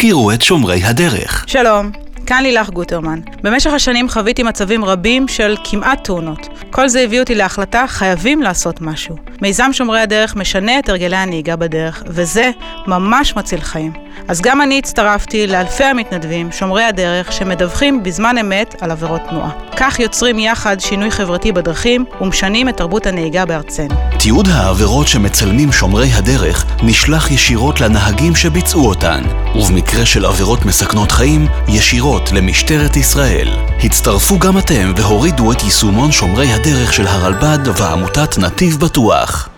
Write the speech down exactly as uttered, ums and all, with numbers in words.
הכירו את שומרי הדרך. שלום, כאן לילך גוטרמן. במשך השנים חוויתי מצבים רבים של כמעט תאונות. כל זה הביא אותי להחלטה, חייבים לעשות משהו. מיזם שומרי הדרך משנה את הרגלי הנהיגה בדרך, וזה ממש מציל חיים. אז גם אני הצטרפתי לאלפי המתנדבים, שומרי הדרך, שמדווחים בזמן אמת על עבירות תנועה. כך יוצרים יחד שינוי חברתי בדרכים ומשנים את תרבות הנהיגה בארצנו. תיעוד העבירות שמצלמים שומרי הדרך נשלח ישירות לנהגים שביצעו אותן, ובמקרה של עבירות מסכנות חיים, ישירות למשטרת ישראל. הצטרפו גם אתם והורידו את יישומון שומרי הדרך של הרלב"ד ועמותת נתיב בטוח.